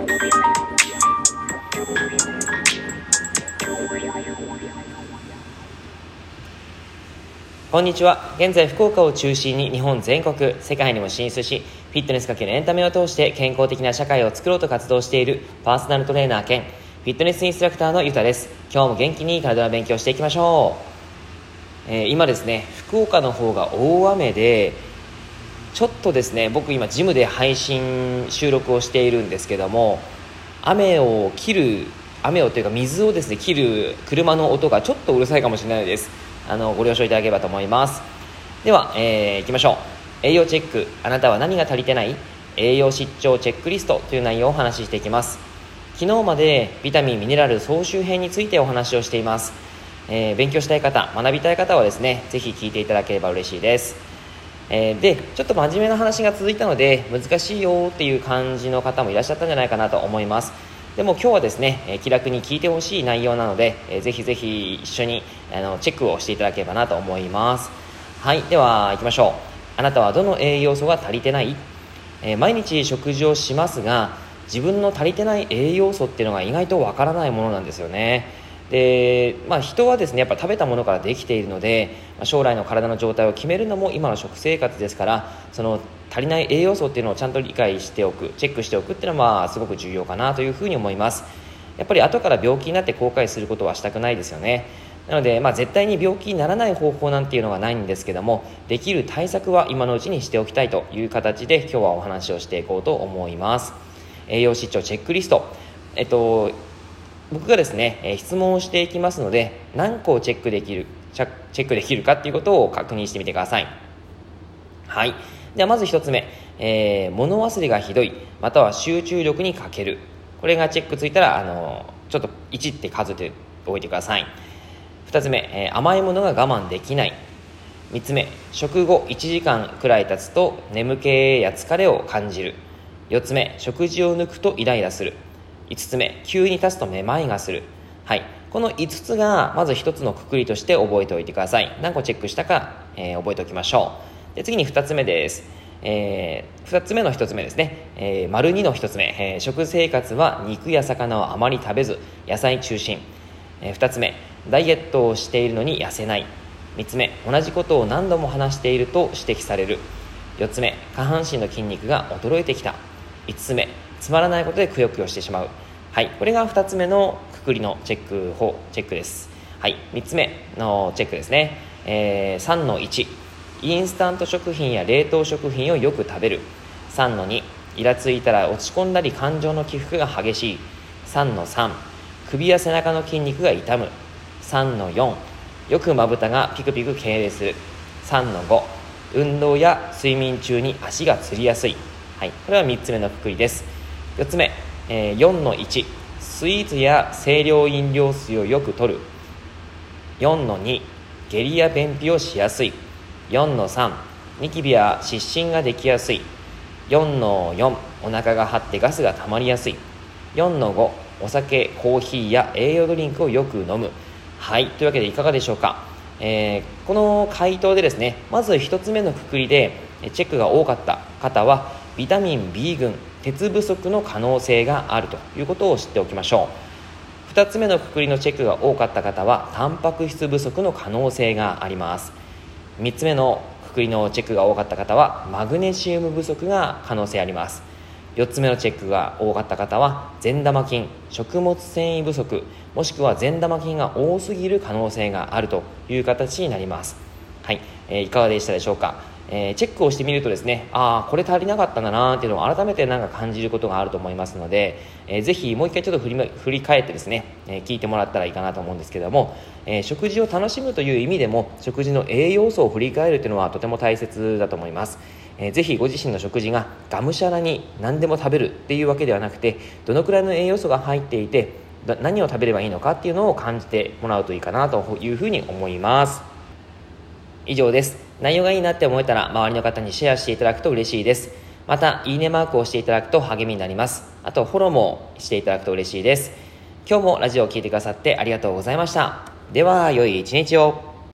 こんにちは。現在福岡を中心に日本全国、世界にも進出し、フィットネス×エンタメを通して健康的な社会を作ろうと活動しているパーソナルトレーナー兼フィットネスインストラクターのゆたです。今日も元気に体の勉強していきましょう。今ですね、福岡の方が大雨で、ちょっとですね、僕今ジムで収録をしているんですけども、雨をというか水をですね切る車の音がちょっとうるさいかもしれないです。ご了承いただければと思います。では、いきましょう。栄養チェック、あなたは何が足りてない？栄養失調チェックリストという内容をお話ししていきます。昨日までビタミンミネラル総集編についてお話をしています。勉強したい方、学びたい方はですね、ぜひ聞いていただければ嬉しいです。でちょっと真面目な話が続いたので難しいよっていう感じの方もいらっしゃったんじゃないかなと思います。でも今日はですね、気楽に聞いてほしい内容なので、ぜひぜひ一緒にチェックをしていただければなと思います。はい、では行きましょう。あなたはどの栄養素が足りてない？毎日食事をしますが、自分の足りてない栄養素っていうのが意外とわからないものなんですよね。で、人はですねやっぱ食べたものからできているので、将来の体の状態を決めるのも今の食生活ですから、その足りない栄養素っていうのをちゃんと理解しておく、チェックしておくっていうのはすごく重要かなというふうに思います。やっぱり後から病気になって後悔することはしたくないですよね。なので、絶対に病気にならない方法なんていうのがないんですけども、できる対策は今のうちにしておきたいという形で今日はお話をしていこうと思います。栄養失調チェックリスト、僕がですね、質問をしていきますので、何個をチェックできるかっていうことを確認してみてください。はい。ではまず一つ目、物忘れがひどい、または集中力に欠ける。これがチェックついたら、ちょっと1って数えておいてください。2つ目、甘いものが我慢できない。3つ目、食後1時間くらい経つと眠気や疲れを感じる。4つ目、食事を抜くとイライラする。5つ目、急に立つとめまいがする。はい、この5つがまず1つの括りとして覚えておいてください。何個チェックしたか、覚えておきましょう。で次に2つ目です。2つ目の1つ目ですね、丸2の1つ目、食生活は肉や魚をあまり食べず野菜中心。2つ目、ダイエットをしているのに痩せない。3つ目、同じことを何度も話していると指摘される。4つ目、下半身の筋肉が衰えてきた。5つ目、つまらないことでくよくよしてしまう。はい、これが2つ目の括りのチェックです。はい、3つ目のチェックですね。3の1、インスタント食品や冷凍食品をよく食べる。3の2、イラついたら落ち込んだり感情の起伏が激しい。3の3、首や背中の筋肉が痛む。3の4、よくまぶたがピクピク痙攣する。3の5、運動や睡眠中に足がつりやすい。はい、これは3つ目の括りです。4つ目、4の1、スイーツや清涼飲料水をよく摂る。4の2、下痢や便秘をしやすい。4の3、ニキビや湿疹ができやすい。4の4、お腹が張ってガスが溜まりやすい。4の5、お酒、コーヒーや栄養ドリンクをよく飲む。はい、というわけでいかがでしょうか。この回答でですね、まず1つ目の括りでチェックが多かった方はビタミン B 群、鉄不足の可能性があるということを知っておきましょう。2つ目の括りのチェックが多かった方はタンパク質不足の可能性があります。3つ目の括りのチェックが多かった方はマグネシウム不足が可能性あります。4つ目のチェックが多かった方は善玉菌、食物繊維不足、もしくは善玉菌が多すぎる可能性があるという形になります。はい、いかがでしたでしょうか。チェックをしてみるとですね、これ足りなかったんだなっていうのを改めて感じることがあると思いますので、ぜひもう一回ちょっと振り返ってですね、聞いてもらったらいいかなと思うんですけども、食事を楽しむという意味でも食事の栄養素を振り返るというのはとても大切だと思います。ぜひご自身の食事ががむしゃらに何でも食べるっていうわけではなくて、どのくらいの栄養素が入っていて何を食べればいいのかっていうのを感じてもらうといいかなというふうに思います。以上です。内容がいいなって思えたら周りの方にシェアしていただくと嬉しいです。またいいねマークをしていただくと励みになります。あとフォローもしていただくと嬉しいです。今日もラジオを聞いてくださってありがとうございました。では良い一日を。